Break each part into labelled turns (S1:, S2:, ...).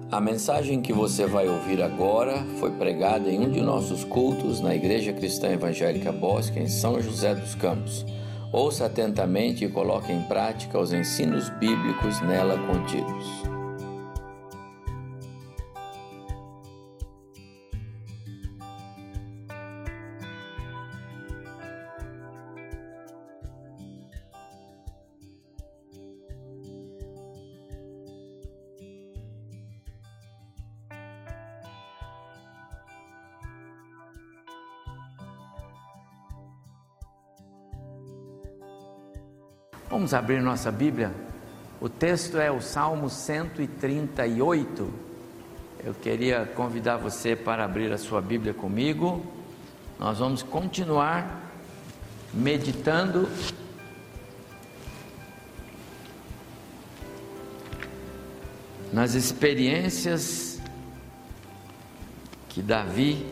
S1: A mensagem que você vai ouvir agora foi pregada em um de nossos cultos na Igreja Cristã Evangélica Bosque, em São José dos Campos. Ouça atentamente e coloque em prática os ensinos bíblicos nela contidos.
S2: Vamos abrir nossa Bíblia. O texto é o Salmo 138. Eu queria convidar você para abrir a sua Bíblia comigo. Nós vamos continuar meditando nas experiências que Davi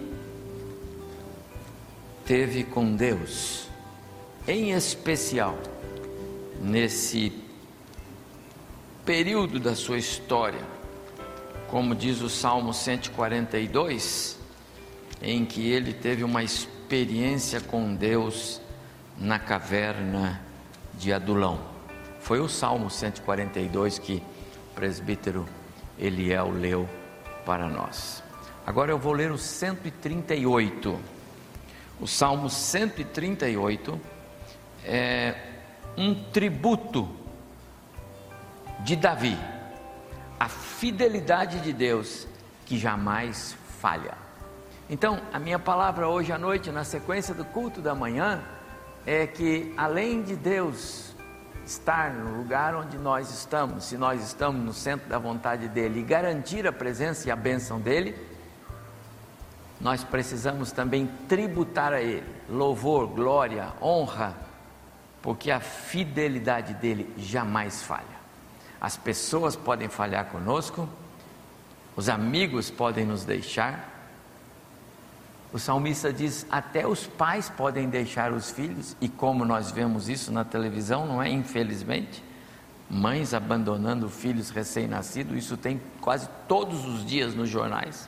S2: teve com Deus, em especial nesse período da sua história, como diz o Salmo 142, em que ele teve uma experiência com Deus na caverna de Adulão. Foi o Salmo 142 que o presbítero Eliel leu para nós. Agora eu vou ler o 138. O Salmo 138 é um tributo de Davi à fidelidade de Deus que jamais falha. Então, a minha palavra hoje à noite, na sequência do culto da manhã, é que além de Deus estar no lugar onde nós estamos, se nós estamos no centro da vontade dEle e garantir a presença e a bênção dEle, nós precisamos também tributar a Ele louvor, glória, honra, porque a fidelidade dele jamais falha. As pessoas podem falhar conosco, os amigos podem nos deixar. O salmista diz, até os pais podem deixar os filhos, e como nós vemos isso na televisão, não é? Infelizmente, mães abandonando filhos recém-nascidos, isso tem quase todos os dias nos jornais.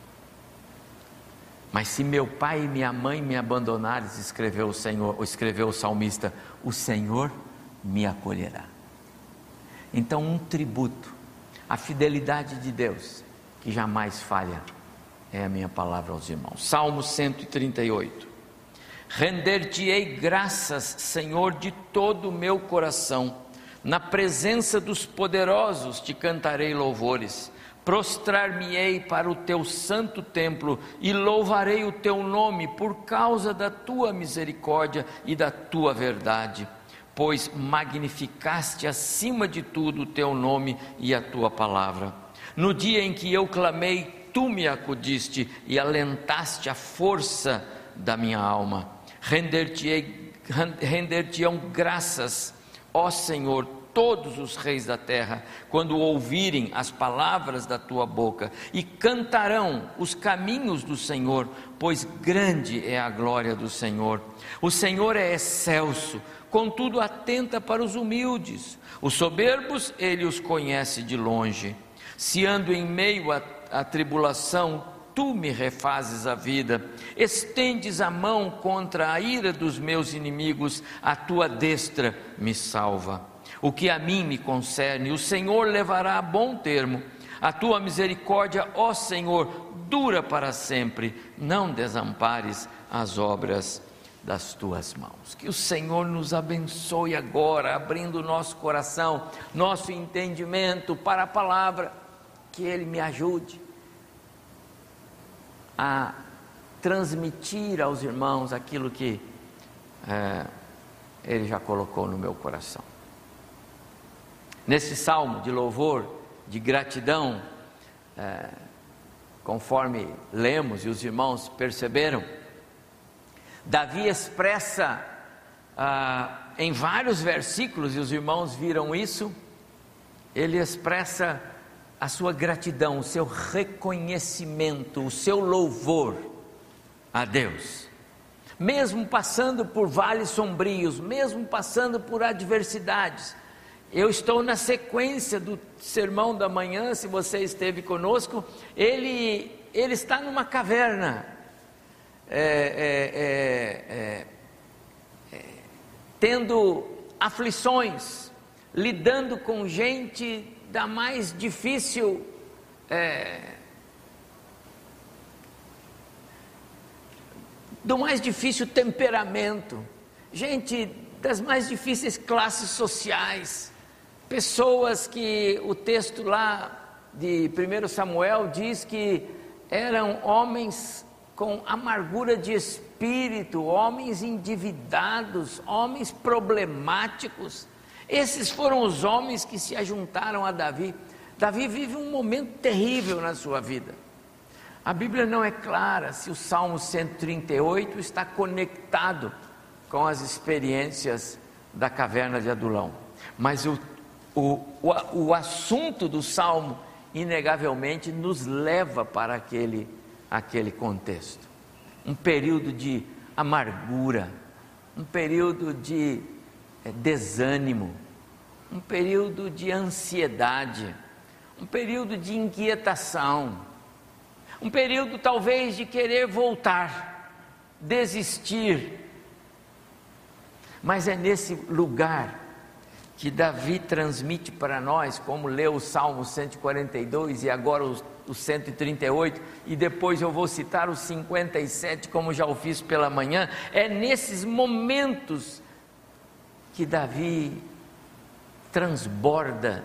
S2: Mas se meu pai e minha mãe me abandonarem, escreveu o salmista, o Senhor me acolherá. Então, um tributo à fidelidade de Deus, que jamais falha, é a minha palavra aos irmãos. Salmo 138. Render-te-ei graças, Senhor, de todo o meu coração, na presença dos poderosos te cantarei louvores. Prostrar-me-ei para o teu santo templo e louvarei o teu nome por causa da tua misericórdia e da tua verdade, pois magnificaste acima de tudo o teu nome e a tua palavra. No dia em que eu clamei, tu me acudiste e alentaste a força da minha alma. Render-te-ão graças, ó Senhor, todos os reis da terra, quando ouvirem as palavras da tua boca, e cantarão os caminhos do Senhor, pois grande é a glória do Senhor. O Senhor é excelso, contudo atenta para os humildes. Os soberbos ele os conhece de longe. Se ando em meio à tribulação, tu me refazes a vida. Estendes a mão contra a ira dos meus inimigos, a tua destra me salva. O que a mim me concerne, o Senhor levará a bom termo. A tua misericórdia, ó Senhor, dura para sempre. Não desampares as obras das tuas mãos. Que o Senhor nos abençoe agora, abrindo o nosso coração, nosso entendimento para a palavra. Que Ele me ajude a transmitir aos irmãos aquilo que Ele já colocou no meu coração. Nesse salmo de louvor, de gratidão, conforme lemos e os irmãos perceberam, Davi expressa em vários versículos, e os irmãos viram isso, ele expressa a sua gratidão, o seu reconhecimento, o seu louvor a Deus. Mesmo passando por vales sombrios, mesmo passando por adversidades, Eu estou na sequência do sermão da manhã, se você esteve conosco. Ele está numa caverna, tendo aflições, lidando com gente da mais difícil do mais difícil temperamento, gente das mais difíceis classes sociais, pessoas que o texto lá de 1 Samuel diz que eram homens com amargura de espírito, homens endividados, homens problemáticos. Esses foram os homens que se ajuntaram a Davi. Davi vive um momento terrível na sua vida. A Bíblia não é clara se o Salmo 138 está conectado com as experiências da caverna de Adulão, mas o assunto do Salmo inegavelmente nos leva para aquele contexto. Um período de amargura, um período de desânimo, um período de ansiedade, um período de inquietação, um período talvez de querer voltar, desistir. Mas é nesse lugar que Davi transmite para nós, como leu o Salmo 142 e agora o 138, e depois eu vou citar o 57, como já o fiz pela manhã. É nesses momentos que Davi transborda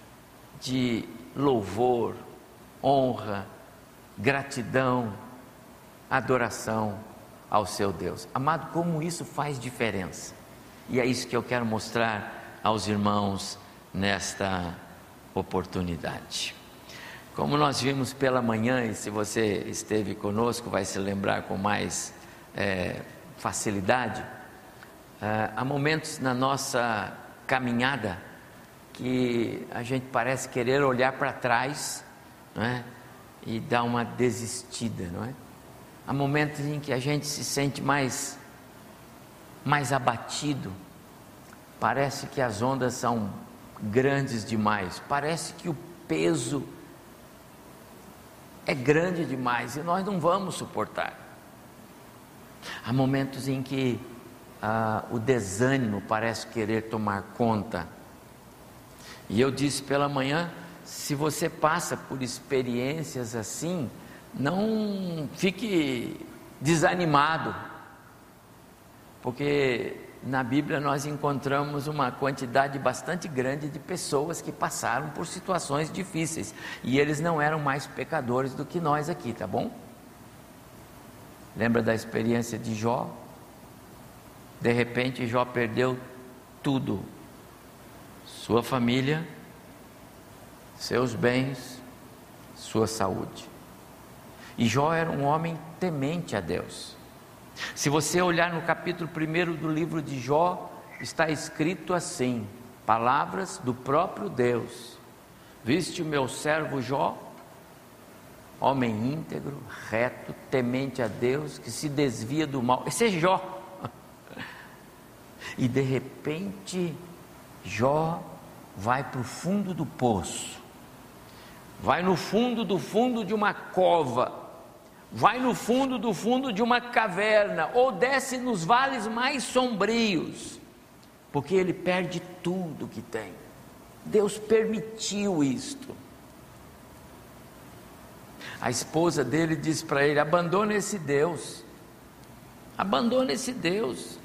S2: de louvor, honra, gratidão, adoração ao seu Deus. Amado, como isso faz diferença, e é isso que eu quero mostrar aos irmãos nesta oportunidade. Como nós vimos pela manhã, e se você esteve conosco vai se lembrar com mais facilidade, há momentos na nossa caminhada que a gente parece querer olhar para trás, não é? E dar uma desistida, não é? Há momentos em que a gente se sente mais abatido, parece que as ondas são grandes demais, parece que o peso é grande demais e nós não vamos suportar. Há momentos em que o desânimo parece querer tomar conta, e eu disse pela manhã, se você passa por experiências assim, não fique desanimado, porque na Bíblia nós encontramos uma quantidade bastante grande de pessoas que passaram por situações difíceis, e eles não eram mais pecadores do que nós aqui, tá bom? Lembra da experiência de Jó? De repente Jó perdeu tudo, sua família, seus bens, sua saúde. E Jó era um homem temente a Deus. Se você olhar no capítulo 1 do livro de Jó, está escrito assim, palavras do próprio Deus: viste o meu servo Jó, homem íntegro, reto, temente a Deus, que se desvia do mal. Esse é Jó. E de repente Jó vai para o fundo do poço, vai no fundo do fundo de uma cova, vai no fundo do fundo de uma caverna, ou desce nos vales mais sombrios, porque ele perde tudo que tem. Deus permitiu isto. A esposa dele diz para ele: abandona esse Deus, abandona esse Deus.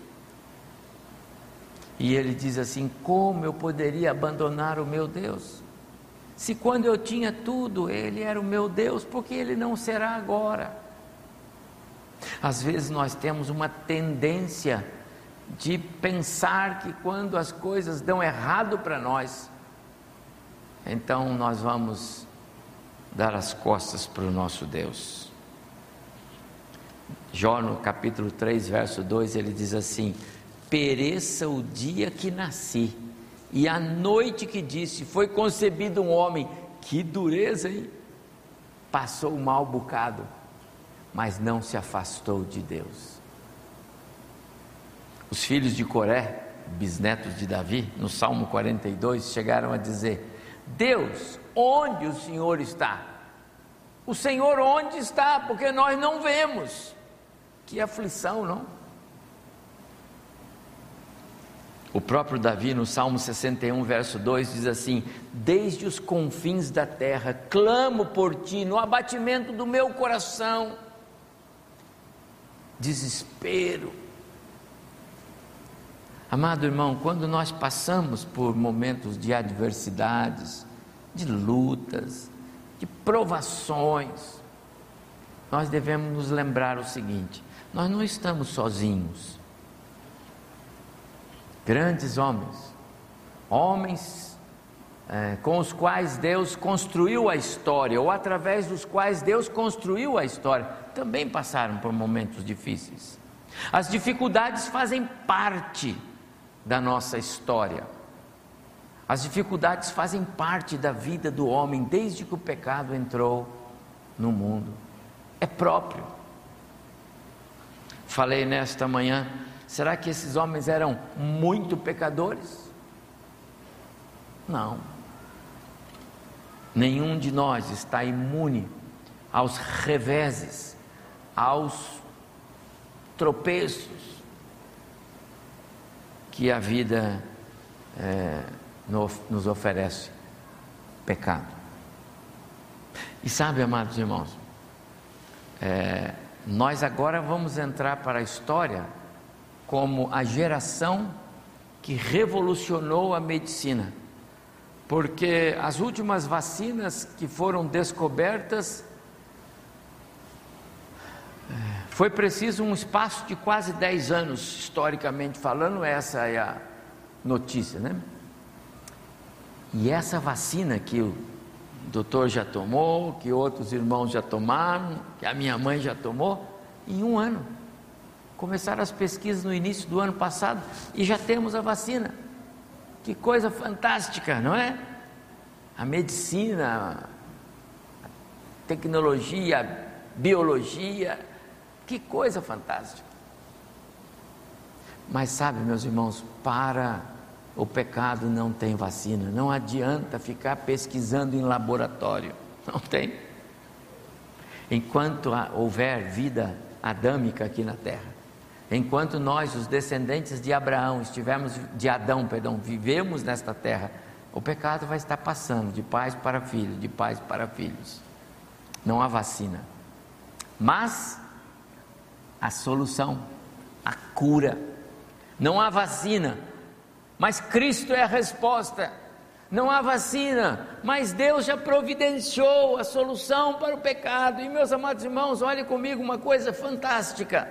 S2: E ele diz assim: como eu poderia abandonar o meu Deus? Se quando eu tinha tudo, Ele era o meu Deus, porque Ele não será agora? Às vezes nós temos uma tendência de pensar que quando as coisas dão errado para nós, então nós vamos dar as costas para o nosso Deus. Jó no capítulo 3, verso 2, ele diz assim: pereça o dia que nasci, e a noite que disse, foi concebido um homem. Que dureza, hein? Passou um mau bocado, mas não se afastou de Deus. Os filhos de Coré bisnetos de Davi, no Salmo 42, chegaram a dizer: Deus, onde o Senhor está? O Senhor onde está? Porque nós não vemos. Que aflição, não? O próprio Davi, no Salmo 61, verso 2, diz assim: desde os confins da terra, clamo por ti, no abatimento do meu coração. Desespero. Amado irmão, quando nós passamos por momentos de adversidades, de lutas, de provações, nós devemos nos lembrar o seguinte: nós não estamos sozinhos. Grandes homens com os quais Deus construiu a história, ou através dos quais Deus construiu a história, também passaram por momentos difíceis. As dificuldades fazem parte da nossa história. As dificuldades fazem parte da vida do homem desde que o pecado entrou no mundo. É próprio. Falei nesta manhã, será que esses homens eram muito pecadores? Não. Nenhum de nós está imune aos reveses, aos tropeços que a vida nos oferece. Pecado. E sabe, amados irmãos, nós agora vamos entrar para a história como a geração que revolucionou a medicina, porque as últimas vacinas que foram descobertas, foi preciso um espaço de quase 10 anos, historicamente falando. Essa é a notícia, né? E essa vacina que o doutor já tomou, que outros irmãos já tomaram, que a minha mãe já tomou, em 1 ano. Começaram as pesquisas no início do ano passado e já temos a vacina. Que coisa fantástica, não é? A medicina, a tecnologia, a biologia, que coisa fantástica. Mas sabe, meus irmãos, para o pecado não tem vacina. Não adianta ficar pesquisando em laboratório, não tem. Enquanto houver vida adâmica aqui na terra, enquanto nós, os descendentes de Adão, vivemos nesta terra, o pecado vai estar passando de pais para filhos, de pais para filhos. Não há vacina, mas a solução, a cura. Não há vacina, mas Cristo é a resposta. Não há vacina, mas Deus já providenciou a solução para o pecado. E meus amados irmãos, olhem comigo uma coisa fantástica.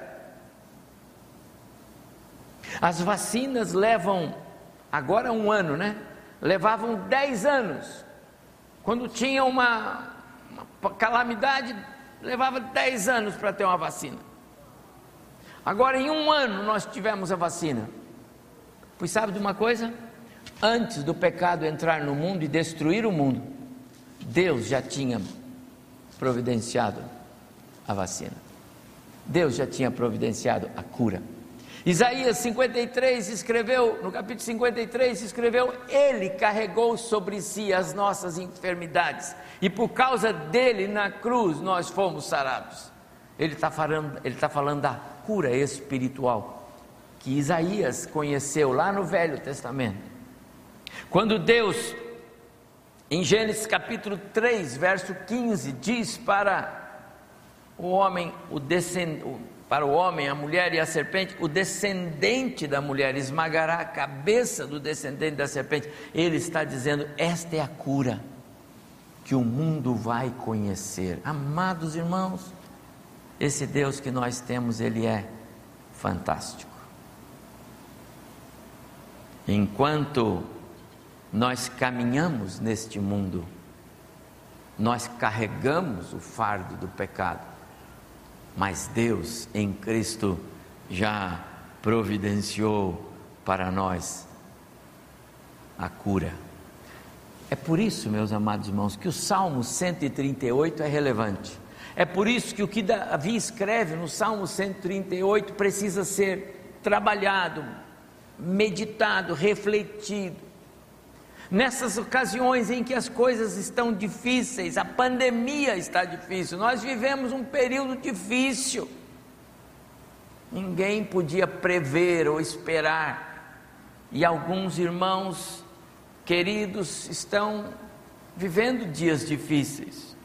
S2: As vacinas levam, agora 1 ano, né? Levavam 10 anos. Quando tinha uma calamidade, levava 10 anos para ter uma vacina. Agora em 1 ano nós tivemos a vacina. Pois sabe de uma coisa? Antes do pecado entrar no mundo e destruir o mundo, Deus já tinha providenciado a vacina. Deus já tinha providenciado a cura. Isaías 53 escreveu, no capítulo 53 escreveu: Ele carregou sobre si as nossas enfermidades, e por causa dele na cruz nós fomos sarados. Ele está falando da cura espiritual que Isaías conheceu lá no Velho Testamento. Quando Deus, em Gênesis capítulo 3, verso 15, diz para o homem, a mulher e a serpente: o descendente da mulher esmagará a cabeça do descendente da serpente. Ele está dizendo: esta é a cura que o mundo vai conhecer. Amados irmãos, esse Deus que nós temos, Ele é fantástico. Enquanto nós caminhamos neste mundo, nós carregamos o fardo do pecado, mas Deus em Cristo já providenciou para nós a cura. É por isso, meus amados irmãos, que o Salmo 138 é relevante. É por isso que o que Davi escreve no Salmo 138 precisa ser trabalhado, meditado, refletido. Nessas ocasiões em que as coisas estão difíceis, a pandemia está difícil, nós vivemos um período difícil. Ninguém podia prever ou esperar, e alguns irmãos queridos estão vivendo dias difíceis.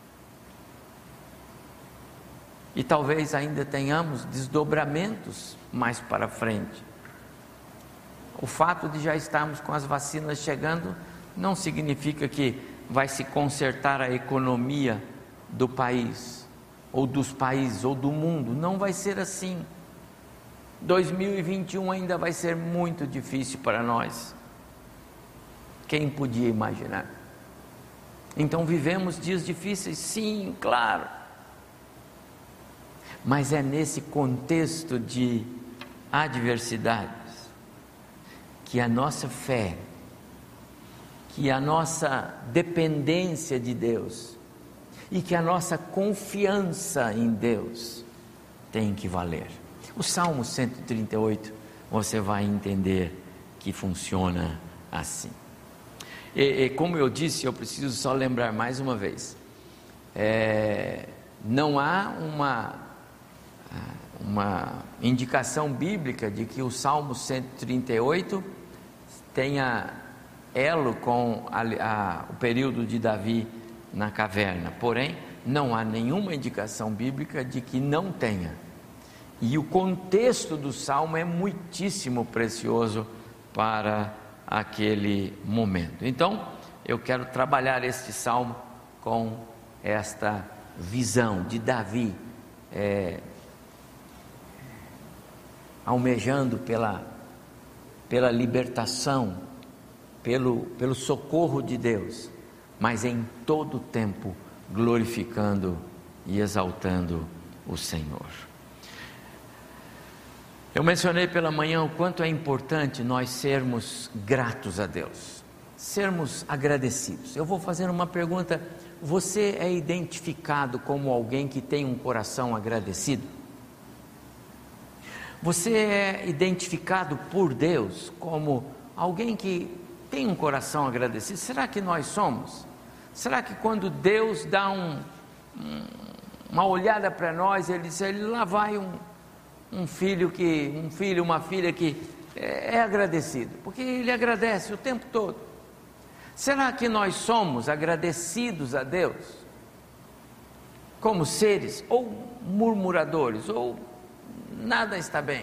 S2: E talvez ainda tenhamos desdobramentos mais para frente. O fato de já estarmos com as vacinas chegando não significa que vai se consertar a economia do país, ou dos países, ou do mundo. Não vai ser assim. 2021 ainda vai ser muito difícil para nós. Quem podia imaginar? Então vivemos dias difíceis, sim, claro. Mas é nesse contexto de adversidades que a nossa fé, que a nossa dependência de Deus e que a nossa confiança em Deus tem que valer. O Salmo 138, você vai entender que funciona assim. E como eu disse, eu preciso só lembrar mais uma vez, não há uma indicação bíblica de que o Salmo 138 tenha elo com o período de Davi na caverna. Porém, não há nenhuma indicação bíblica de que não tenha. E o contexto do Salmo é muitíssimo precioso para aquele momento. Então, eu quero trabalhar este Salmo com esta visão de Davi, almejando pela libertação, pelo socorro de Deus, mas em todo o tempo glorificando e exaltando o Senhor. Eu mencionei pela manhã o quanto é importante nós sermos gratos a Deus, sermos agradecidos. Eu vou fazer uma pergunta: você é identificado como alguém que tem um coração agradecido? Você é identificado por Deus como alguém que tem um coração agradecido? Será que nós somos? Será que quando Deus dá uma olhada para nós, Ele diz: lá vai uma filha que é agradecido, porque Ele agradece o tempo todo. Será que nós somos agradecidos a Deus como seres, ou murmuradores, ou nada está bem?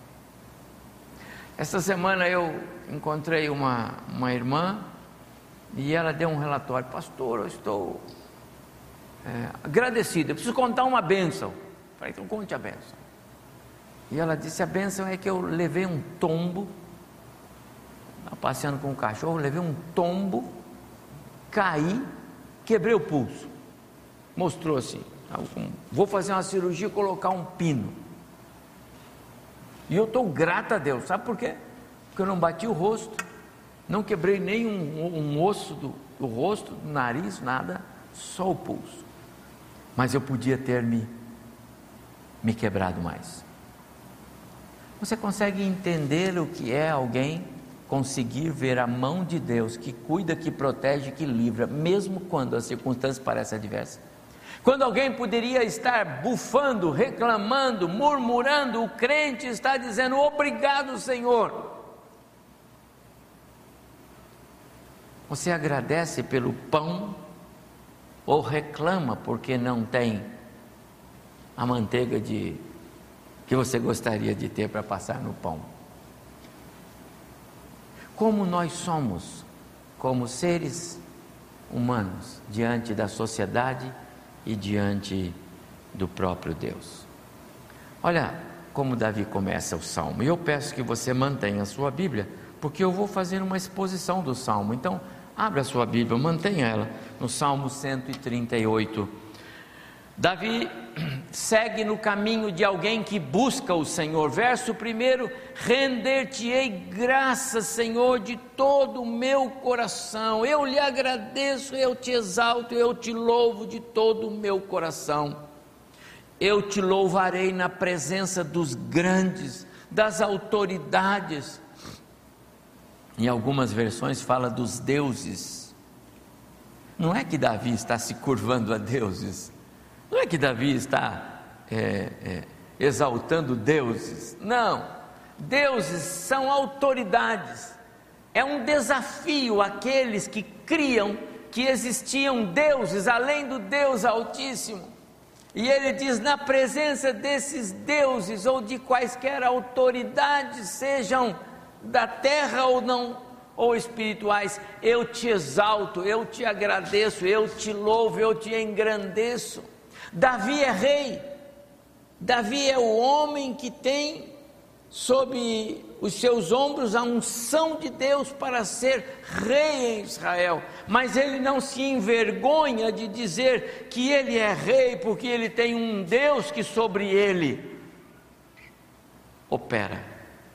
S2: Esta semana eu encontrei uma irmã e ela deu um relatório: pastor, eu estou agradecido, eu preciso contar uma bênção. Falei: então conte a bênção. E ela disse: a bênção é que eu levei um tombo, passeando com o cachorro, levei um tombo, caí, quebrei o pulso. Mostrou assim: vou fazer uma cirurgia e colocar um pino. E eu estou grata a Deus, sabe por quê? Porque eu não bati o rosto, não quebrei nem um osso do rosto, do nariz, nada, só o pulso. Mas eu podia ter me quebrado mais. Você consegue entender o que é alguém conseguir ver a mão de Deus que cuida, que protege, que livra, mesmo quando as circunstâncias parecem adversas? Quando alguém poderia estar bufando, reclamando, murmurando, o crente está dizendo: obrigado, Senhor. Você agradece pelo pão ou reclama porque não tem a manteiga que você gostaria de ter para passar no pão? Como nós somos, como seres humanos, diante da sociedade e diante do próprio Deus. Olha como Davi começa o Salmo, e eu peço que você mantenha a sua Bíblia, porque eu vou fazer uma exposição do Salmo. Então, abra a sua Bíblia, mantenha ela no Salmo 138. Davi segue no caminho de alguém que busca o Senhor. Verso 1: render-te-ei graças, Senhor, de todo o meu coração. Eu lhe agradeço, eu te exalto, eu te louvo de todo o meu coração. Eu te louvarei na presença dos grandes, das autoridades. Em algumas versões fala dos deuses. Não é que Davi está se curvando a deuses, não é que Davi está exaltando deuses, não. Deuses são autoridades. É um desafio àqueles que criam que existiam deuses além do Deus Altíssimo. E ele diz: na presença desses deuses ou de quaisquer autoridades, sejam da terra ou não, ou espirituais, eu te exalto, eu te agradeço, eu te louvo, eu te engrandeço. Davi é rei. Davi é o homem que tem sob os seus ombros a unção de Deus para ser rei em Israel, mas ele não se envergonha de dizer que ele é rei, porque ele tem um Deus que sobre ele opera.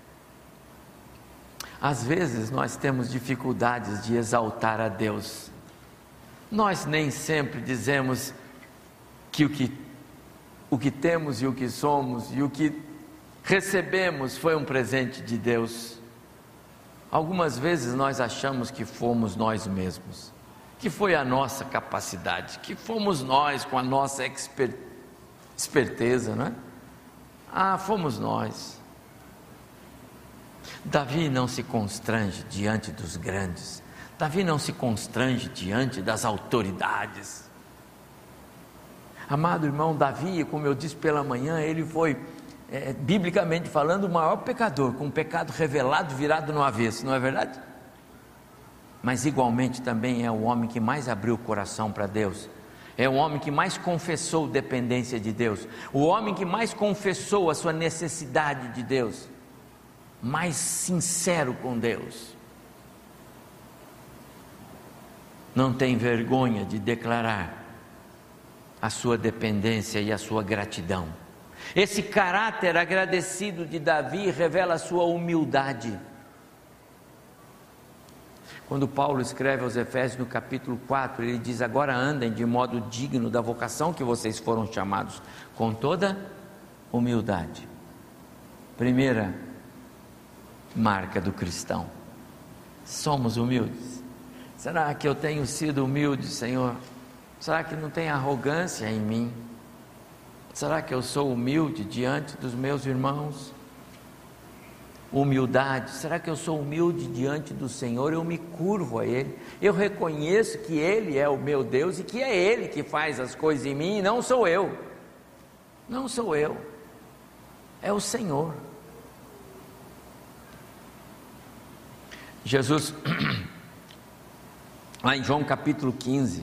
S2: Às vezes nós temos dificuldades de exaltar a Deus, nós nem sempre dizemos que o que temos e o que somos e o que recebemos foi um presente de Deus. Algumas vezes nós achamos que fomos nós mesmos, que foi a nossa capacidade, que fomos nós com a nossa esperteza, não é? Fomos nós. Davi não se constrange diante dos grandes, Davi não se constrange diante das autoridades. Amado irmão, Davi, como eu disse pela manhã, ele foi, biblicamente falando, o maior pecador, com um pecado revelado virado no avesso, não é verdade? Mas igualmente também é o homem que mais abriu o coração para Deus, é o homem que mais confessou dependência de Deus, o homem que mais confessou a sua necessidade de Deus, mais sincero com Deus. Não tem vergonha de declarar a sua dependência e a sua gratidão. Esse caráter agradecido de Davi revela a sua humildade. Quando Paulo escreve aos Efésios no capítulo 4, ele diz: agora andem de modo digno da vocação que vocês foram chamados, com toda humildade. Primeira marca do cristão: somos humildes. Será que eu tenho sido humilde, Senhor? Será que não tem arrogância em mim? Será que eu sou humilde diante dos meus irmãos? Humildade. Será que eu sou humilde diante do Senhor? Eu me curvo a Ele, eu reconheço que Ele é o meu Deus e que é Ele que faz as coisas em mim, e não sou eu. Não sou eu, é o Senhor. Jesus, lá em João capítulo 15,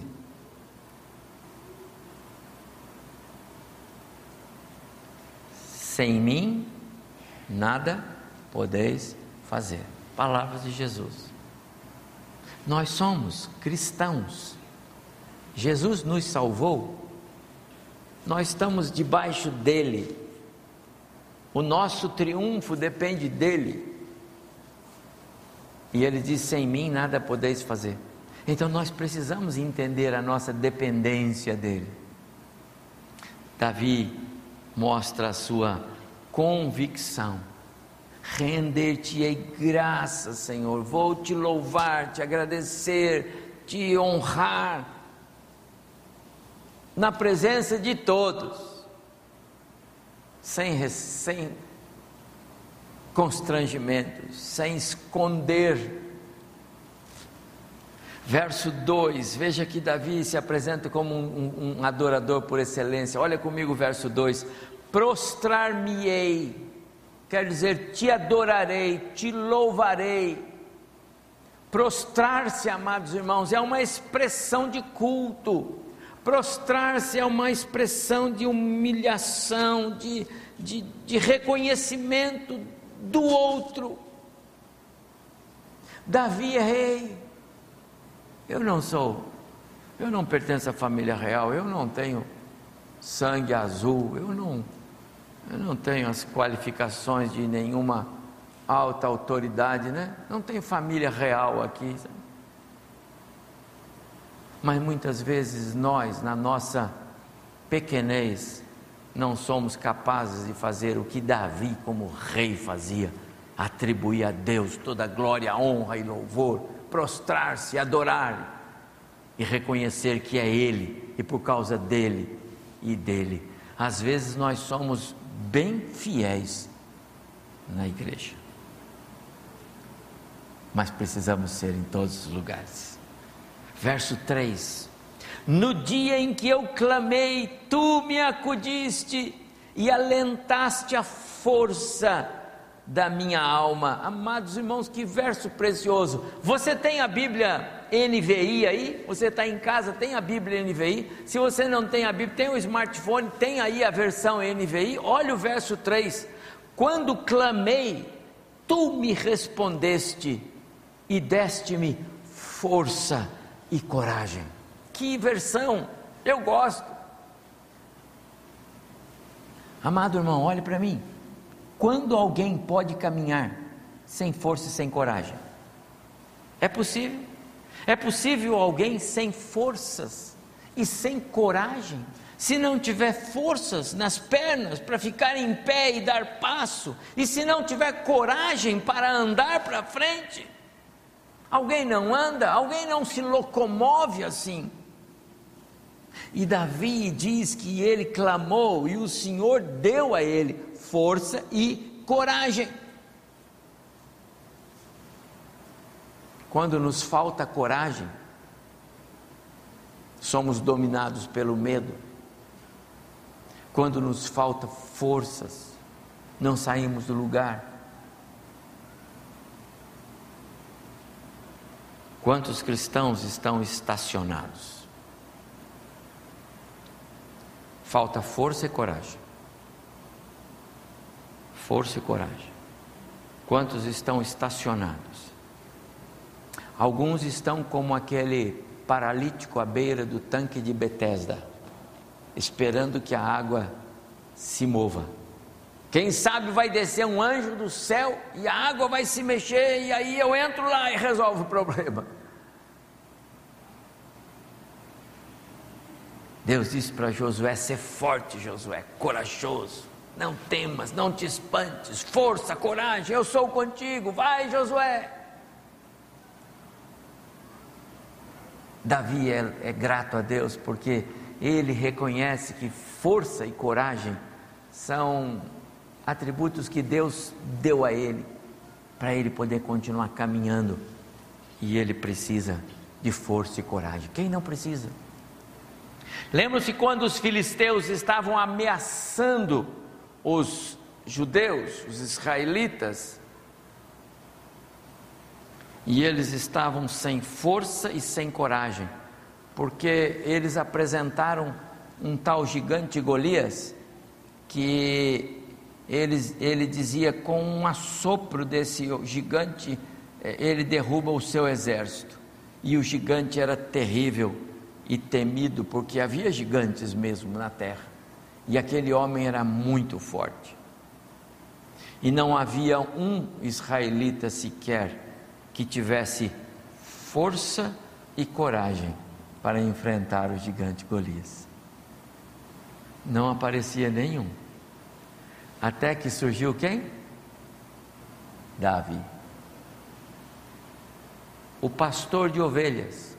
S2: sem mim nada podeis fazer. Palavras de Jesus. Nós somos cristãos, Jesus nos salvou, nós estamos debaixo dele, o nosso triunfo depende dele, e ele diz: sem mim nada podeis fazer. Então nós precisamos entender a nossa dependência dele. Davi mostra a sua convicção: render-te-ei graças, Senhor, vou te louvar, te agradecer, te honrar, na presença de todos, sem constrangimentos, sem esconder. Verso 2, veja que Davi se apresenta como um adorador por excelência. Olha comigo o verso 2: prostrar-me-ei, quer dizer, te adorarei, te louvarei. Prostrar-se, amados irmãos, é uma expressão de culto. Prostrar-se é uma expressão de humilhação, de reconhecimento do outro. Davi é rei. Eu não pertenço à família real, eu não tenho sangue azul, eu não tenho as qualificações de nenhuma alta autoridade, né? Não tenho família real aqui. Mas muitas vezes nós, na nossa pequenez, não somos capazes de fazer o que Davi como rei fazia. atribuir a Deus toda a glória, honra e louvor, prostrar-se, adorar e reconhecer que é Ele e por causa dEle e dEle. Às vezes nós somos bem fiéis na igreja, mas precisamos ser em todos os lugares. Verso 3: no dia em que eu clamei, tu me acudiste e alentaste a força da minha alma. Amados irmãos, que verso precioso. Você tem a Bíblia NVI aí? Você está em casa, tem a Bíblia NVI? Se você não tem a Bíblia, tem o smartphone, tem aí a versão NVI. Olha o verso 3: quando clamei, tu me respondeste e deste-me força e coragem. Que versão, eu gosto. Amado irmão, olhe para mim. Quando alguém pode caminhar sem força e sem coragem? É possível? É possível alguém sem forças e sem coragem? Se não tiver forças nas pernas para ficar em pé e dar passo, e se não tiver coragem para andar para frente, alguém não anda, alguém não se locomove assim. E Davi diz que ele clamou e o Senhor deu a ele força e coragem. Quando nos falta coragem, somos dominados pelo medo. Quando nos falta forças, não saímos do lugar. Quantos cristãos estão estacionados? Falta força e coragem. Força e coragem. Quantos estão estacionados? Alguns estão como aquele paralítico à beira do tanque de Betesda, esperando que a água se mova. Quem sabe vai descer um anjo do céu e a água vai se mexer, e aí eu entro lá e resolvo o problema. Deus disse para Josué: ser forte, Josué, corajoso, não temas, não te espantes, força, coragem, eu sou contigo, vai, Josué. Davi é grato a Deus porque ele reconhece que força e coragem são atributos que Deus deu a ele, para ele poder continuar caminhando, e ele precisa de força e coragem. Quem não precisa? Lembra-se quando os filisteus estavam ameaçando os judeus, os israelitas, e eles estavam sem força e sem coragem, porque eles apresentaram um tal gigante Golias, que ele dizia: com um assopro desse gigante, ele derruba o seu exército. E o gigante era terrível e temido, porque havia gigantes mesmo na terra, e aquele homem era muito forte, e não havia um israelita sequer que tivesse força e coragem para enfrentar o gigante Golias. Não aparecia nenhum, até que surgiu quem? Davi, o pastor de ovelhas.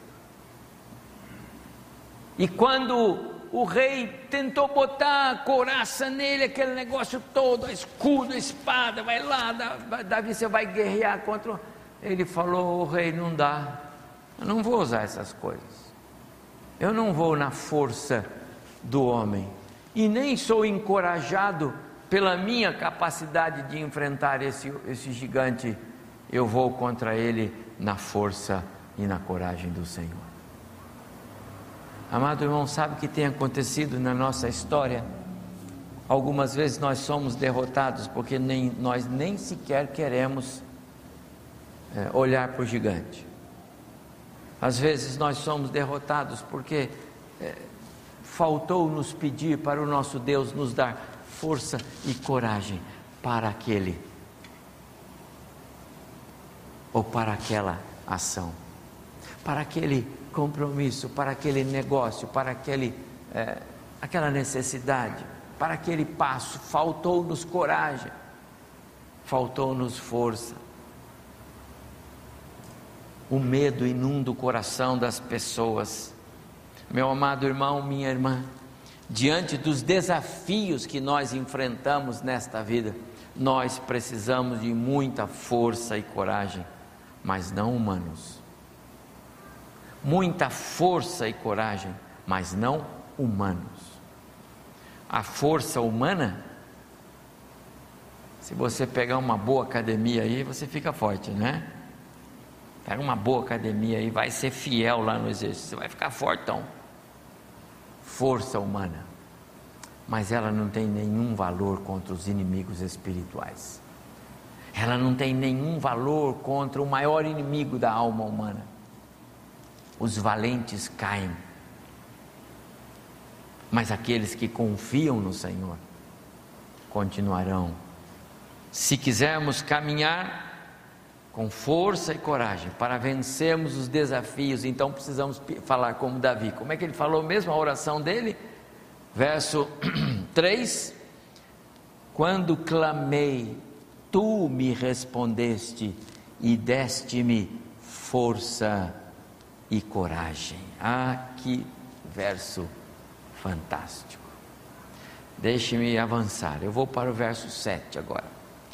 S2: E quando o rei tentou botar a couraça nele, aquele negócio todo, escudo, espada, vai lá, Davi, você vai guerrear contra... Ele falou: o rei, não dá, eu não vou usar essas coisas, eu não vou na força do homem, e nem sou encorajado pela minha capacidade de enfrentar esse gigante. Eu vou contra ele na força e na coragem do Senhor. Amado irmão, sabe o que tem acontecido na nossa história? Algumas vezes nós somos derrotados porque nós nem sequer queremos olhar para o gigante. Às vezes nós somos derrotados porque faltou nos pedir para o nosso Deus nos dar força e coragem para aquele ou para aquela ação, para aquele compromisso, para aquele negócio, para aquela necessidade, para aquele passo. Faltou-nos coragem. faltou-nos força. O medo inunda o coração das pessoas. Meu amado irmão, minha irmã, diante dos desafios que nós enfrentamos nesta vida, nós precisamos de muita força e coragem, mas não humanos. Muita força e coragem, mas não humanos. A força humana, se você pegar uma boa academia aí, você fica forte, né? Pega uma boa academia aí, vai ser fiel lá no exercício, você vai ficar fortão. Força humana, mas ela não tem nenhum valor contra os inimigos espirituais. Ela não tem nenhum valor contra o maior inimigo da alma humana. Os valentes caem, mas aqueles que confiam no Senhor continuarão. Se quisermos caminhar com força e coragem para vencermos os desafios, então precisamos falar como Davi. Como é que ele falou mesmo a oração dele? Verso 3: quando clamei, tu me respondeste e deste-me força e coragem. Ah, que verso fantástico. Deixe-me avançar, eu vou para o verso 7 agora.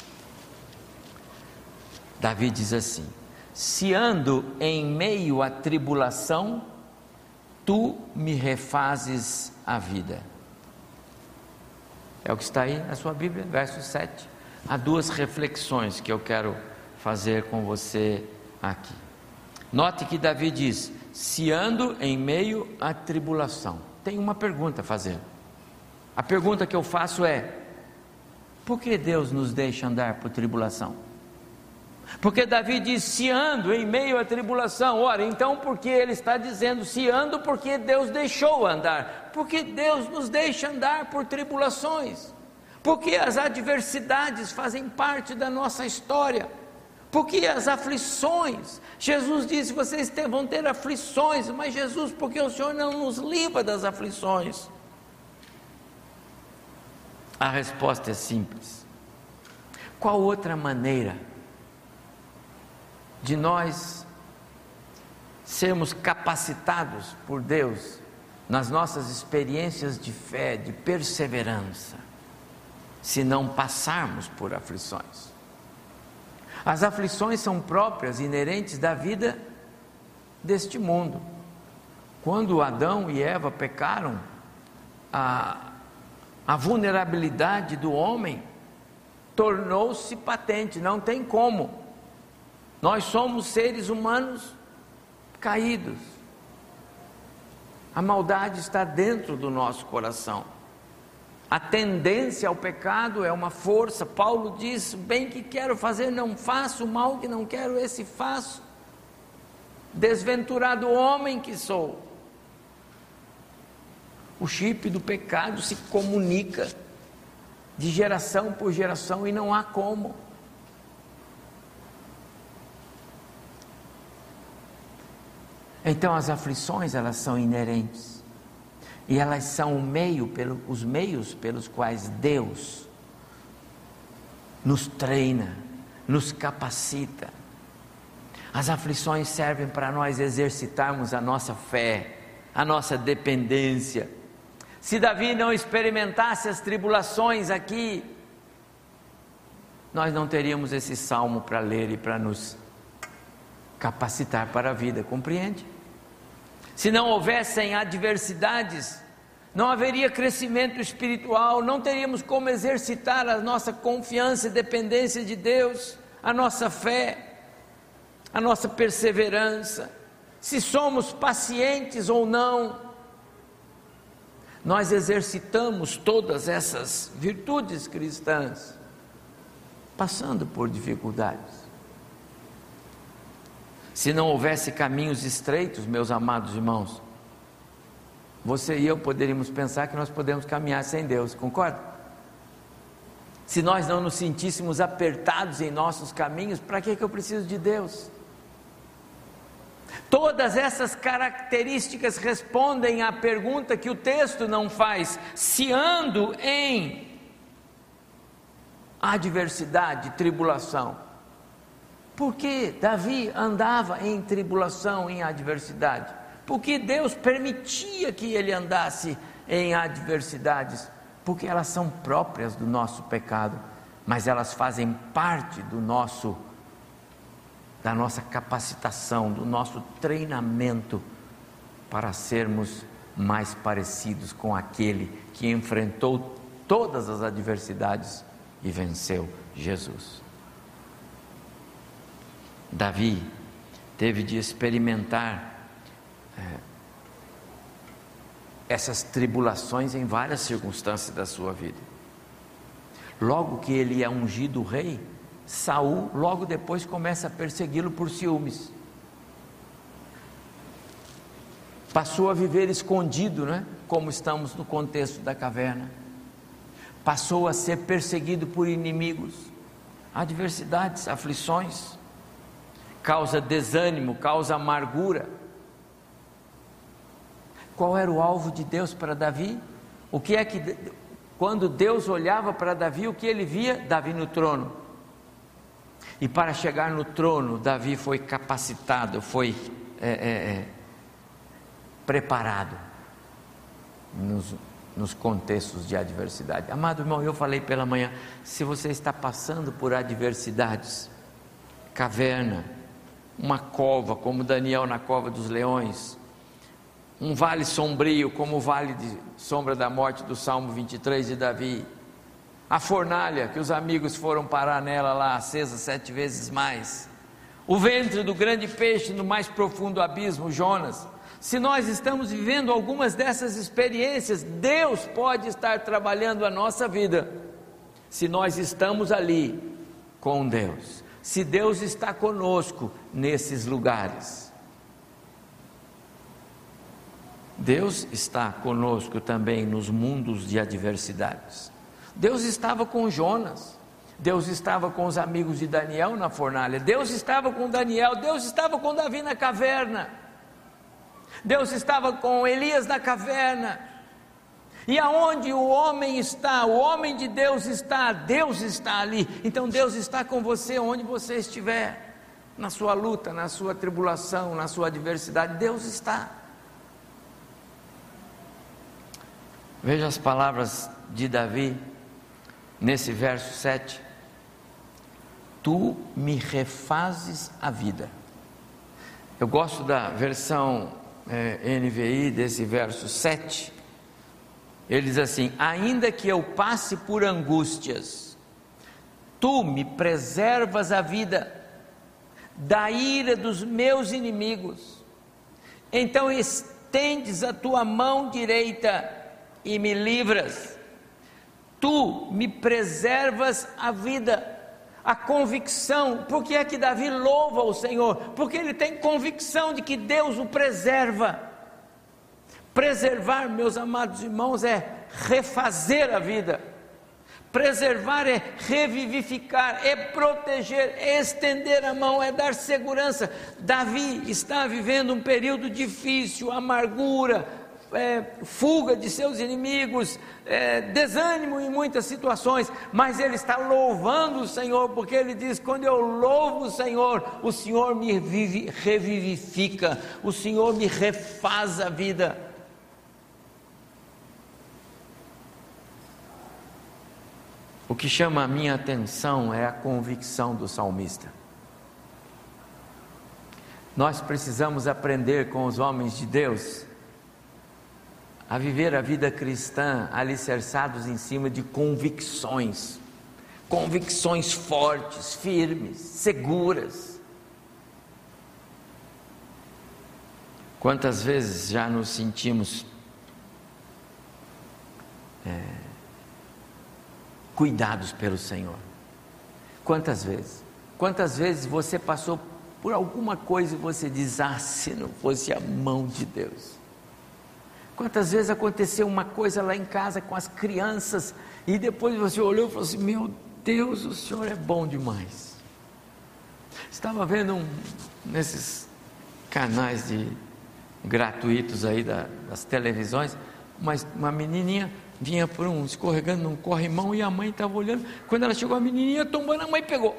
S2: Davi diz assim: se ando em meio à tribulação, tu me refazes a vida. É o que está aí na sua Bíblia, verso 7. Há duas reflexões que eu quero fazer com você aqui. Note que Davi diz: se ando em meio à tribulação. Tem uma pergunta a fazer. A pergunta que eu faço é: por que Deus nos deixa andar por tribulação? Porque Davi diz: se ando em meio à tribulação. Ora, então por que ele está dizendo se ando? Porque Deus deixou andar. Porque Deus nos deixa andar por tribulações. Porque as adversidades fazem parte da nossa história. Porque as aflições, Jesus disse: vocês vão ter aflições, mas Jesus, porque o Senhor não nos livra das aflições? A resposta é simples. Qual outra maneira de nós sermos capacitados por Deus nas nossas experiências de fé, de perseverança, se não passarmos por aflições? As aflições são próprias, inerentes da vida deste mundo. Quando Adão e Eva pecaram, a vulnerabilidade do homem tornou-se patente, não tem como. Nós somos seres humanos caídos. A maldade está dentro do nosso coração. A tendência ao pecado é uma força. Paulo diz: o bem que quero fazer não faço, o mal que não quero esse faço. Desventurado homem que sou. O chip do pecado se comunica de geração por geração e não há como. Então as aflições, elas são inerentes, e elas são os meios pelos quais Deus nos treina, nos capacita. As aflições servem para nós exercitarmos a nossa fé, a nossa dependência. Se Davi não experimentasse as tribulações aqui, nós não teríamos esse salmo para ler e para nos capacitar para a vida, compreende? Se não houvessem adversidades, não haveria crescimento espiritual, não teríamos como exercitar a nossa confiança e dependência de Deus, a nossa fé, a nossa perseverança, se somos pacientes ou não. Nós exercitamos todas essas virtudes cristãs, passando por dificuldades. Se não houvesse caminhos estreitos, meus amados irmãos, você e eu poderíamos pensar que nós podemos caminhar sem Deus, concorda? Se nós não nos sentíssemos apertados em nossos caminhos, para que eu preciso de Deus? Todas essas características respondem à pergunta que o texto não faz: se ando em adversidade, tribulação. Por que Davi andava em tribulação, em adversidade? Porque Deus permitia que ele andasse em adversidades, porque elas são próprias do nosso pecado, mas elas fazem parte da nossa capacitação, do nosso treinamento para sermos mais parecidos com aquele que enfrentou todas as adversidades e venceu, Jesus. Davi teve de experimentar essas tribulações em várias circunstâncias da sua vida. Logo que ele é ungido rei, Saul logo depois começa a persegui-lo por ciúmes. Passou a viver escondido, né? Como estamos no contexto da caverna. Passou a ser perseguido por inimigos, adversidades, aflições, causa desânimo, causa amargura. Qual era o alvo de Deus para Davi? O que é que, quando Deus olhava para Davi, o que ele via? Davi no trono. E para chegar no trono, Davi foi capacitado, foi preparado nos contextos de adversidade. Amado irmão, eu falei pela manhã, se você está passando por adversidades, caverna, uma cova, como Daniel na cova dos leões, um vale sombrio, como o vale de sombra da morte do Salmo 23 de Davi, a fornalha, que os amigos foram parar nela lá, acesa 7 vezes mais, o ventre do grande peixe no mais profundo abismo, Jonas. Se nós estamos vivendo algumas dessas experiências, Deus pode estar trabalhando a nossa vida, se nós estamos ali com Deus, se Deus está conosco nesses lugares. Deus está conosco também nos mundos de adversidades. Deus estava com Jonas, Deus estava com os amigos de Daniel na fornalha, Deus estava com Daniel, Deus estava com Davi na caverna, Deus estava com Elias na caverna. E aonde o homem está, o homem de Deus está ali. Então Deus está com você onde você estiver, na sua luta, na sua tribulação, na sua adversidade, Deus está. Veja as palavras de Davi nesse verso 7. Tu me refazes a vida. Eu gosto da versão NVI desse verso 7. Ele diz assim: ainda que eu passe por angústias, tu me preservas a vida da ira dos meus inimigos. Então estendes a tua mão direita e me livras. Tu me preservas a vida. A convicção. Por que é que Davi louva o Senhor? Porque ele tem convicção de que Deus o preserva. Preservar, meus amados irmãos, é refazer a vida. Preservar é revivificar, é proteger, é estender a mão, é dar segurança. Davi está vivendo um período difícil, amargura, fuga de seus inimigos, desânimo em muitas situações, mas ele está louvando o Senhor, porque ele diz: quando eu louvo o Senhor me revivifica, o Senhor me refaz a vida. O que chama a minha atenção é a convicção do salmista. Nós precisamos aprender com os homens de Deus a viver a vida cristã alicerçados em cima de convicções fortes, firmes, seguras. Quantas vezes já nos sentimos cuidados pelo Senhor? Quantas vezes você passou por alguma coisa e você diz: ah, se não fosse a mão de Deus. Quantas vezes aconteceu uma coisa lá em casa com as crianças e depois você olhou e falou assim: meu Deus, o Senhor é bom demais. Estava vendo nesses canais gratuitos aí das televisões, uma menininha vinha por um escorregando num corrimão, e a mãe estava olhando. Quando ela chegou, a menininha tombando, a mãe pegou.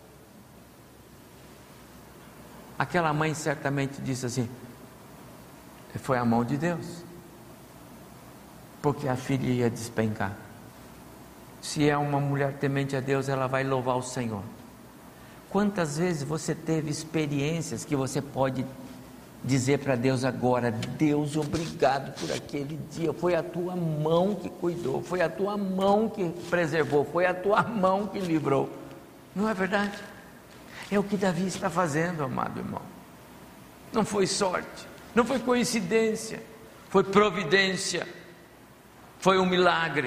S2: Aquela mãe certamente disse assim: foi a mão de Deus, porque a filha ia despencar. Se é uma mulher temente a Deus, ela vai louvar o Senhor. Quantas vezes você teve experiências que você pode dizer para Deus agora: Deus, obrigado por aquele dia, foi a tua mão que cuidou, foi a tua mão que preservou, foi a tua mão que livrou. Não é verdade? É o que Davi está fazendo, amado irmão. Não foi sorte, não foi coincidência, foi providência, foi um milagre.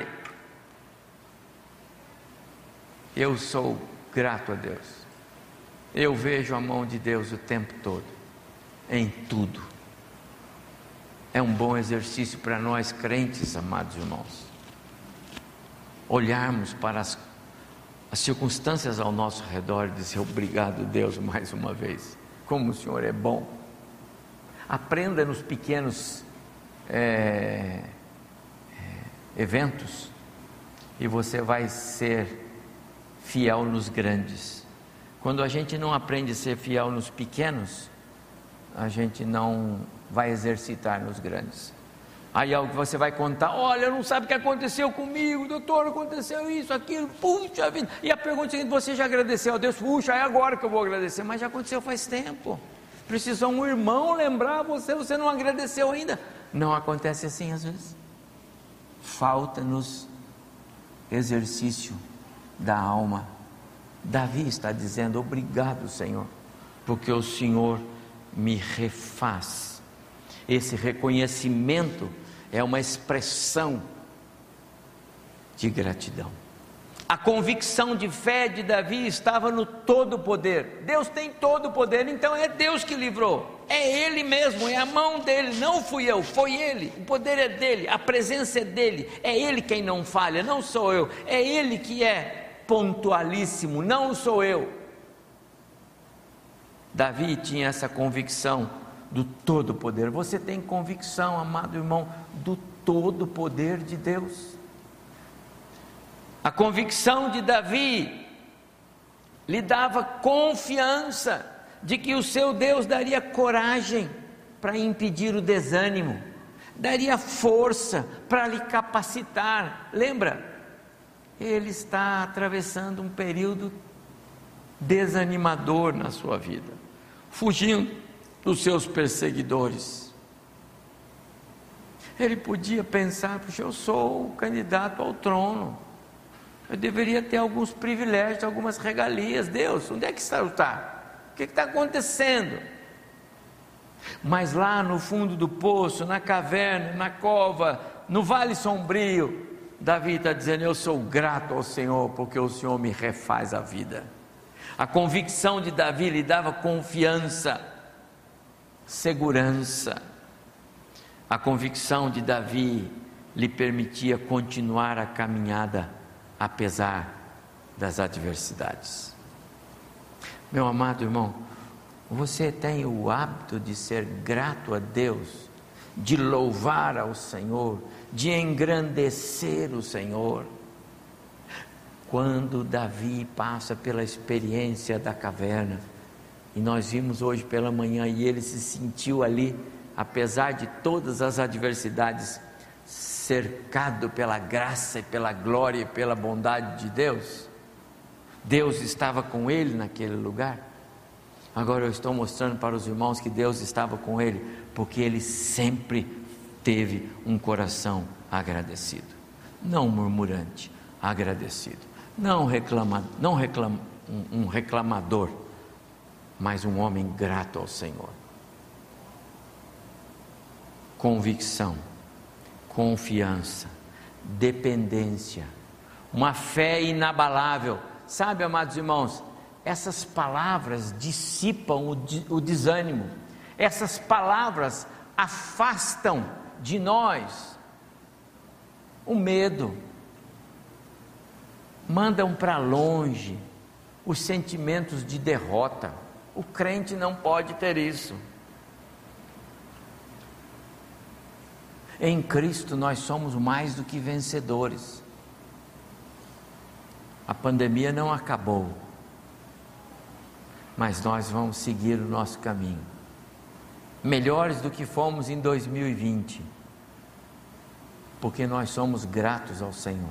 S2: Eu sou grato a Deus. Eu vejo a mão de Deus o tempo todo, em tudo. É um bom exercício para nós crentes, amados irmãos, olharmos para as circunstâncias ao nosso redor e dizer: obrigado, Deus, mais uma vez, como o Senhor é bom. Aprenda nos pequenos eventos, e você vai ser fiel nos grandes. Quando a gente não aprende a ser fiel nos pequenos, a gente não vai exercitar nos grandes. Aí algo que você vai contar: olha, não sabe o que aconteceu comigo, doutor, aconteceu isso, aquilo, puxa vida. E a pergunta seguinte: você já agradeceu a Deus? Puxa, é agora que eu vou agradecer. Mas já aconteceu faz tempo. Precisou um irmão lembrar você não agradeceu ainda. Não acontece assim às vezes. Falta-nos exercício da alma. Davi está dizendo: obrigado, Senhor, porque o Senhor me refaz. Esse reconhecimento é uma expressão de gratidão. A convicção de fé de Davi estava no todo poder. Deus tem todo o poder, então é Deus que livrou, é Ele mesmo, é a mão dele, não fui eu, foi Ele. O poder é dele, a presença é dele, é Ele quem não falha, não sou eu, é Ele que é pontualíssimo, não sou eu. Davi tinha essa convicção do todo poder. Você tem convicção, amado irmão, do todo poder de Deus? A convicção de Davi lhe dava confiança de que o seu Deus daria coragem para impedir o desânimo, daria força para lhe capacitar. Lembra? Ele está atravessando um período desanimador na sua vida, fugindo dos seus perseguidores. Ele podia pensar: puxa, eu sou o candidato ao trono, eu deveria ter alguns privilégios, algumas regalias. Deus, onde é que está? O que está acontecendo? Mas lá no fundo do poço, na caverna, na cova, no vale sombrio, Davi está dizendo: eu sou grato ao Senhor, porque o Senhor me refaz a vida. A convicção de Davi lhe dava confiança, segurança. A convicção de Davi lhe permitia continuar a caminhada apesar das adversidades. Meu amado irmão, você tem o hábito de ser grato a Deus, de louvar ao Senhor, de engrandecer o Senhor? Quando Davi passa pela experiência da caverna, e nós vimos hoje pela manhã, e ele se sentiu ali, apesar de todas as adversidades, cercado pela graça e pela glória e pela bondade de Deus. Deus estava com ele naquele lugar. Agora eu estou mostrando para os irmãos que Deus estava com ele, porque ele sempre teve um coração agradecido, não murmurante, agradecido, não um reclamador, mas um homem grato ao Senhor. Convicção, confiança, dependência, uma fé inabalável. Sabe, amados irmãos, essas palavras dissipam o desânimo, essas palavras afastam de nós o medo, mandam para longe os sentimentos de derrota. O crente não pode ter isso. Em Cristo nós somos mais do que vencedores. A pandemia não acabou, mas nós vamos seguir o nosso caminho, melhores do que fomos em 2020, porque nós somos gratos ao Senhor.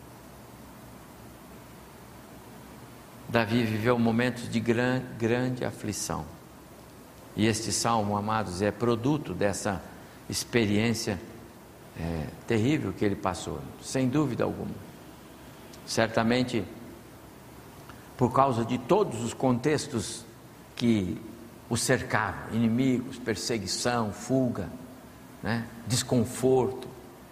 S2: Davi viveu momentos de grande aflição, e este salmo, amados, é produto dessa experiência terrível que ele passou, sem dúvida alguma. Certamente, por causa de todos os contextos que o cercavam, inimigos, perseguição, fuga, desconforto.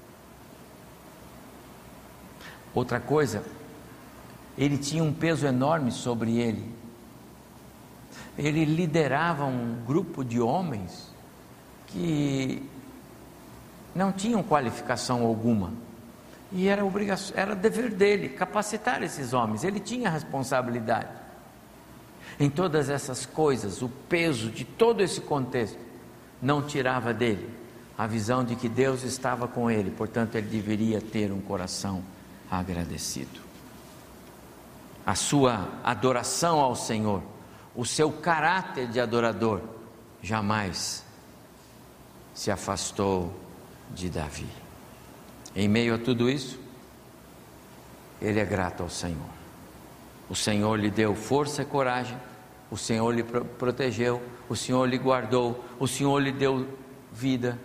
S2: Outra coisa, ele tinha um peso enorme sobre ele. Ele liderava um grupo de homens que não tinham qualificação alguma, e era dever dele capacitar esses homens. Ele tinha responsabilidade em todas essas coisas. O peso de todo esse contexto não tirava dele a visão de que Deus estava com ele, portanto ele deveria ter um coração agradecido. A sua adoração ao Senhor, o seu caráter de adorador, jamais se afastou de Davi. Em meio a tudo isso, ele é grato ao Senhor. O Senhor lhe deu força e coragem, o Senhor lhe protegeu, o Senhor lhe guardou, o Senhor lhe deu vida.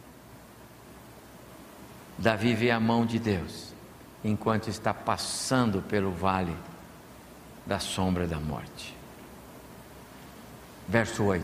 S2: Davi vê a mão de Deus enquanto está passando pelo vale da sombra da morte. Verso 8.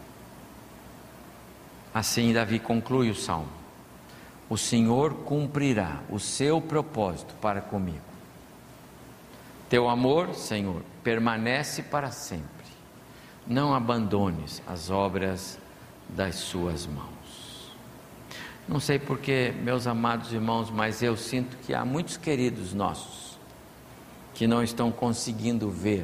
S2: Assim Davi conclui o salmo: o Senhor cumprirá o seu propósito para comigo. Teu amor, Senhor, permanece para sempre. Não abandones as obras das suas mãos. Não sei porquê, meus amados irmãos, mas eu sinto que há muitos queridos nossos que não estão conseguindo ver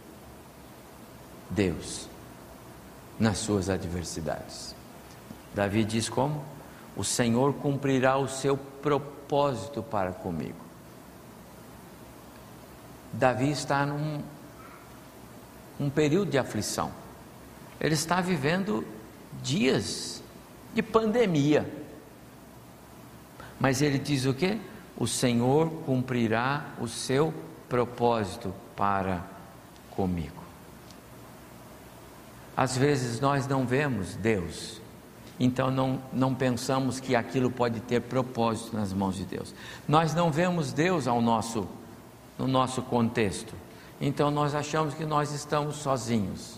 S2: Deus nas suas adversidades. Davi diz como? O Senhor cumprirá o seu propósito para comigo. Davi está num período de aflição. Ele está vivendo dias de pandemia. Mas ele diz o quê? O Senhor cumprirá o seu propósito para comigo. Às vezes nós não vemos Deus, então não pensamos que aquilo pode ter propósito nas mãos de Deus. Nós não vemos Deus no nosso contexto, então nós achamos que nós estamos sozinhos.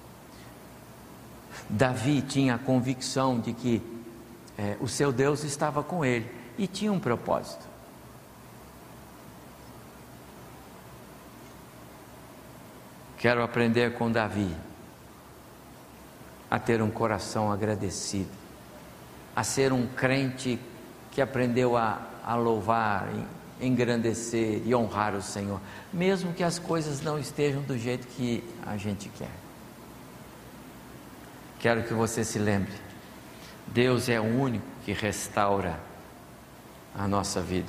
S2: Davi tinha a convicção de que o seu Deus estava com ele e tinha um propósito. Quero aprender com Davi a ter um coração agradecido, a ser um crente que aprendeu a louvar, engrandecer e honrar o Senhor, mesmo que as coisas não estejam do jeito que a gente quer. Quero que você se lembre, Deus é o único que restaura a nossa vida.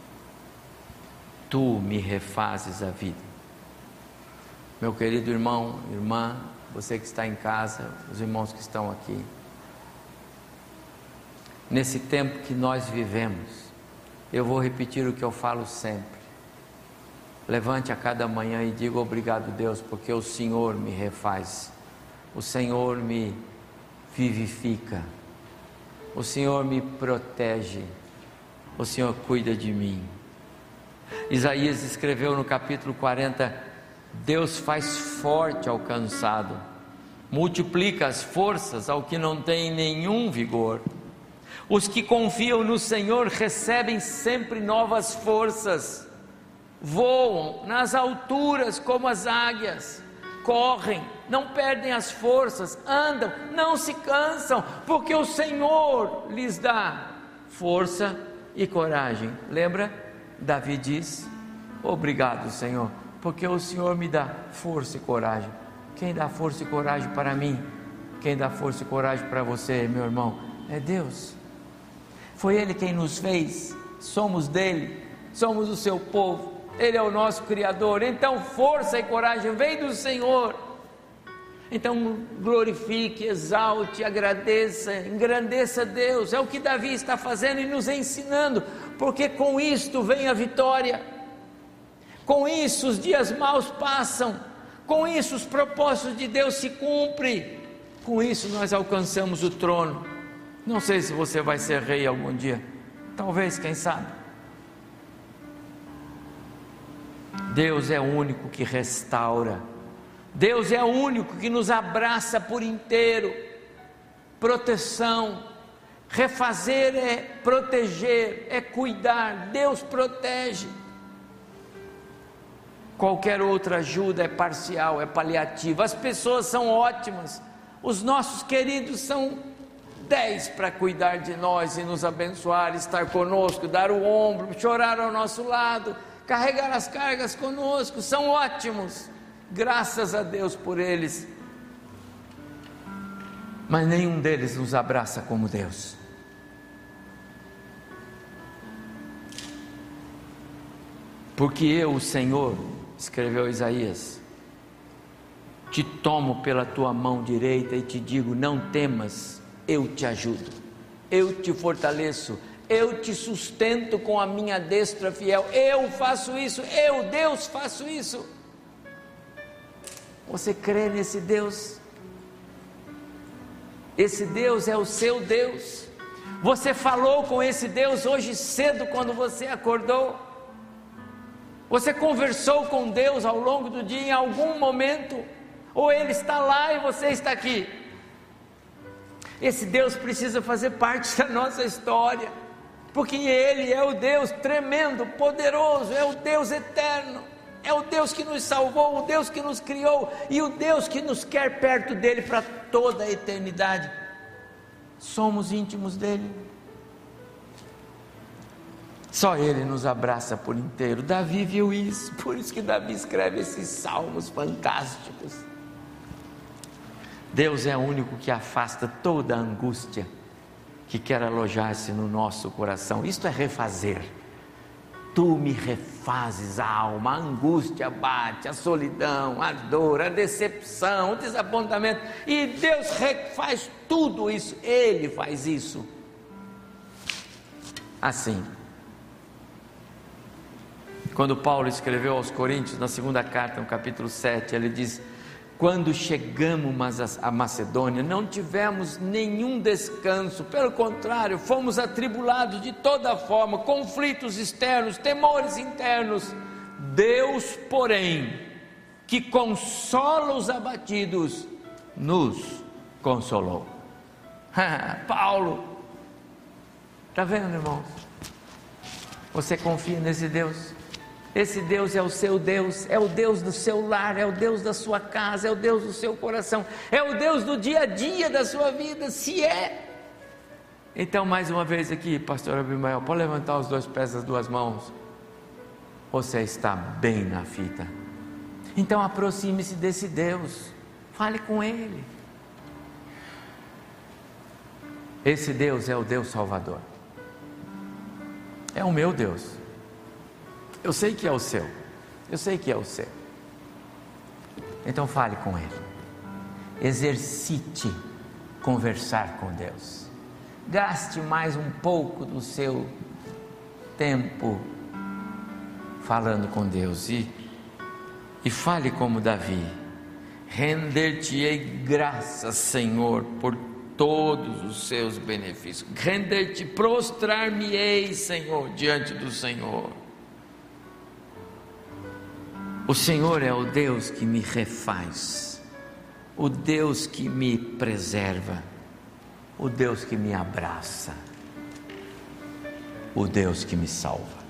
S2: Tu me refazes a vida. Meu querido irmão, irmã, você que está em casa, os irmãos que estão aqui, nesse tempo que nós vivemos, eu vou repetir o que eu falo sempre: levante a cada manhã e diga obrigado, Deus, porque o Senhor me refaz, o Senhor me vivifica, o Senhor me protege, o Senhor cuida de mim. Isaías escreveu no capítulo 40: Deus faz forte ao cansado, multiplica as forças ao que não tem nenhum vigor. Os que confiam no Senhor recebem sempre novas forças, voam nas alturas como as águias, correm, não perdem as forças, andam, não se cansam, porque o Senhor lhes dá força e coragem. Lembra? Davi diz: obrigado, Senhor, porque o Senhor me dá força e coragem. Quem dá força e coragem para mim, quem dá força e coragem para você, meu irmão, é Deus. Foi Ele quem nos fez, somos dele, somos o seu povo, Ele é o nosso Criador. Então força e coragem vem do Senhor. Então glorifique, exalte, agradeça, engrandeça Deus. É o que Davi está fazendo e nos ensinando, porque com isto vem a vitória, com isso os dias maus passam, com isso os propósitos de Deus se cumprem, com isso nós alcançamos o trono. Não sei se você vai ser rei algum dia, talvez, quem sabe. Deus é o único que restaura, Deus é o único que nos abraça por inteiro. Proteção, refazer é proteger, é cuidar. Deus protege. Qualquer outra ajuda é parcial, é paliativa. As pessoas são ótimas, os nossos queridos são 10 para cuidar de nós e nos abençoar, estar conosco, dar o ombro, chorar ao nosso lado, carregar as cargas conosco, são ótimos, graças a Deus por eles, mas nenhum deles nos abraça como Deus. Porque eu, o Senhor, escreveu Isaías, te tomo pela tua mão direita e te digo: não temas, eu te ajudo, eu te fortaleço, eu te sustento com a minha destra fiel. Eu faço isso, eu, Deus, faço isso. Você crê nesse Deus? Esse Deus é o seu Deus. Você falou com esse Deus hoje cedo quando você acordou? Você conversou com Deus ao longo do dia em algum momento? Ou Ele está lá e você está aqui? Esse Deus precisa fazer parte da nossa história, porque Ele é o Deus tremendo, poderoso, é o Deus eterno, é o Deus que nos salvou, o Deus que nos criou e o Deus que nos quer perto dEle para toda a eternidade. Somos íntimos dEle, só Ele nos abraça por inteiro. Davi viu isso, por isso que Davi escreve esses salmos fantásticos. Deus é o único que afasta toda a angústia que quer alojar-se no nosso coração. Isto é refazer. Tu me refazes a alma, a angústia bate, a solidão, a dor, a decepção, o desapontamento, e Deus refaz tudo isso. Ele faz isso assim. Quando Paulo escreveu aos Coríntios, na segunda carta, no capítulo 7, ele diz: quando chegamos a Macedônia, não tivemos nenhum descanso, pelo contrário, fomos atribulados de toda forma, conflitos externos, temores internos. Deus, porém, que consola os abatidos, nos consolou. Paulo, está vendo, irmãos? Você confia nesse Deus? Esse Deus é o seu Deus, é o Deus do seu lar, é o Deus da sua casa, é o Deus do seu coração, é o Deus do dia a dia da sua vida. Se é, então mais uma vez aqui, pastor Abimael, pode levantar os dois pés, as duas mãos. Você está bem na fita. Então aproxime-se desse Deus, fale com Ele. Esse Deus é o Deus Salvador, é o meu Deus. Eu sei que é o seu, eu sei que é o seu. Então fale com Ele, exercite conversar com Deus, gaste mais um pouco do seu tempo falando com Deus e fale como Davi: render-te-ei graças, Senhor, por todos os seus benefícios. Render-te, prostrar-me-ei, Senhor, diante do Senhor. O Senhor é o Deus que me refaz, o Deus que me preserva, o Deus que me abraça, o Deus que me salva.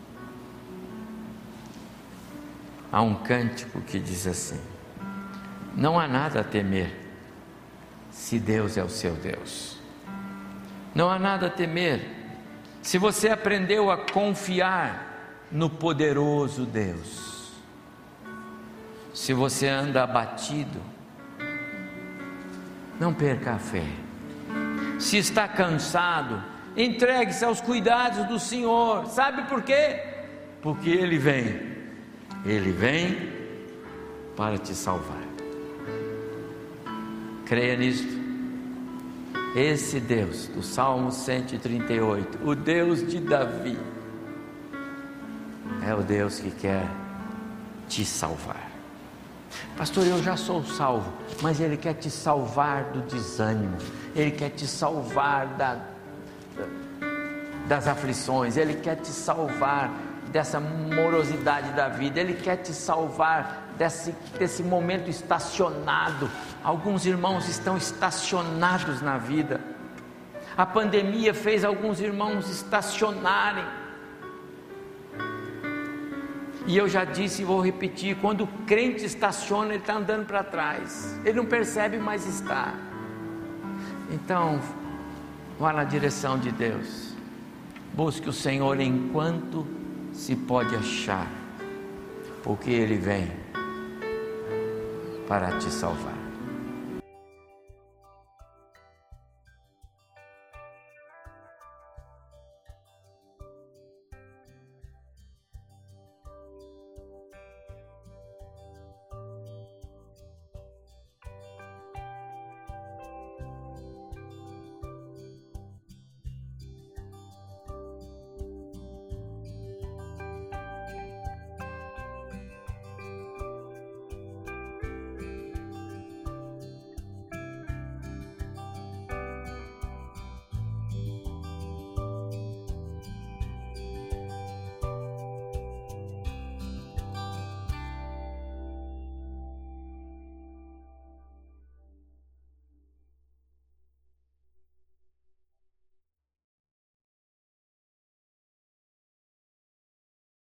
S2: Há um cântico que diz assim: não há nada a temer, se Deus é o seu Deus. Não há nada a temer, se você aprendeu a confiar no poderoso Deus. Se você anda abatido, não perca a fé. Se está cansado, Entregue-se aos cuidados do Senhor. Sabe por quê? Porque Ele vem para te salvar. Creia nisto. Esse Deus do Salmo 138, o Deus de Davi, é o Deus que quer te salvar. Pastor, eu já sou salvo, mas Ele quer te salvar do desânimo, Ele quer te salvar das aflições, Ele quer te salvar dessa morosidade da vida, Ele quer te salvar desse momento estacionado. Alguns irmãos estão estacionados na vida. A pandemia fez alguns irmãos estacionarem. E eu já disse e vou repetir: quando o crente estaciona, ele está andando para trás, ele não percebe, mas está. Então, vá na direção de Deus, busque o Senhor enquanto se pode achar, porque Ele vem para te salvar.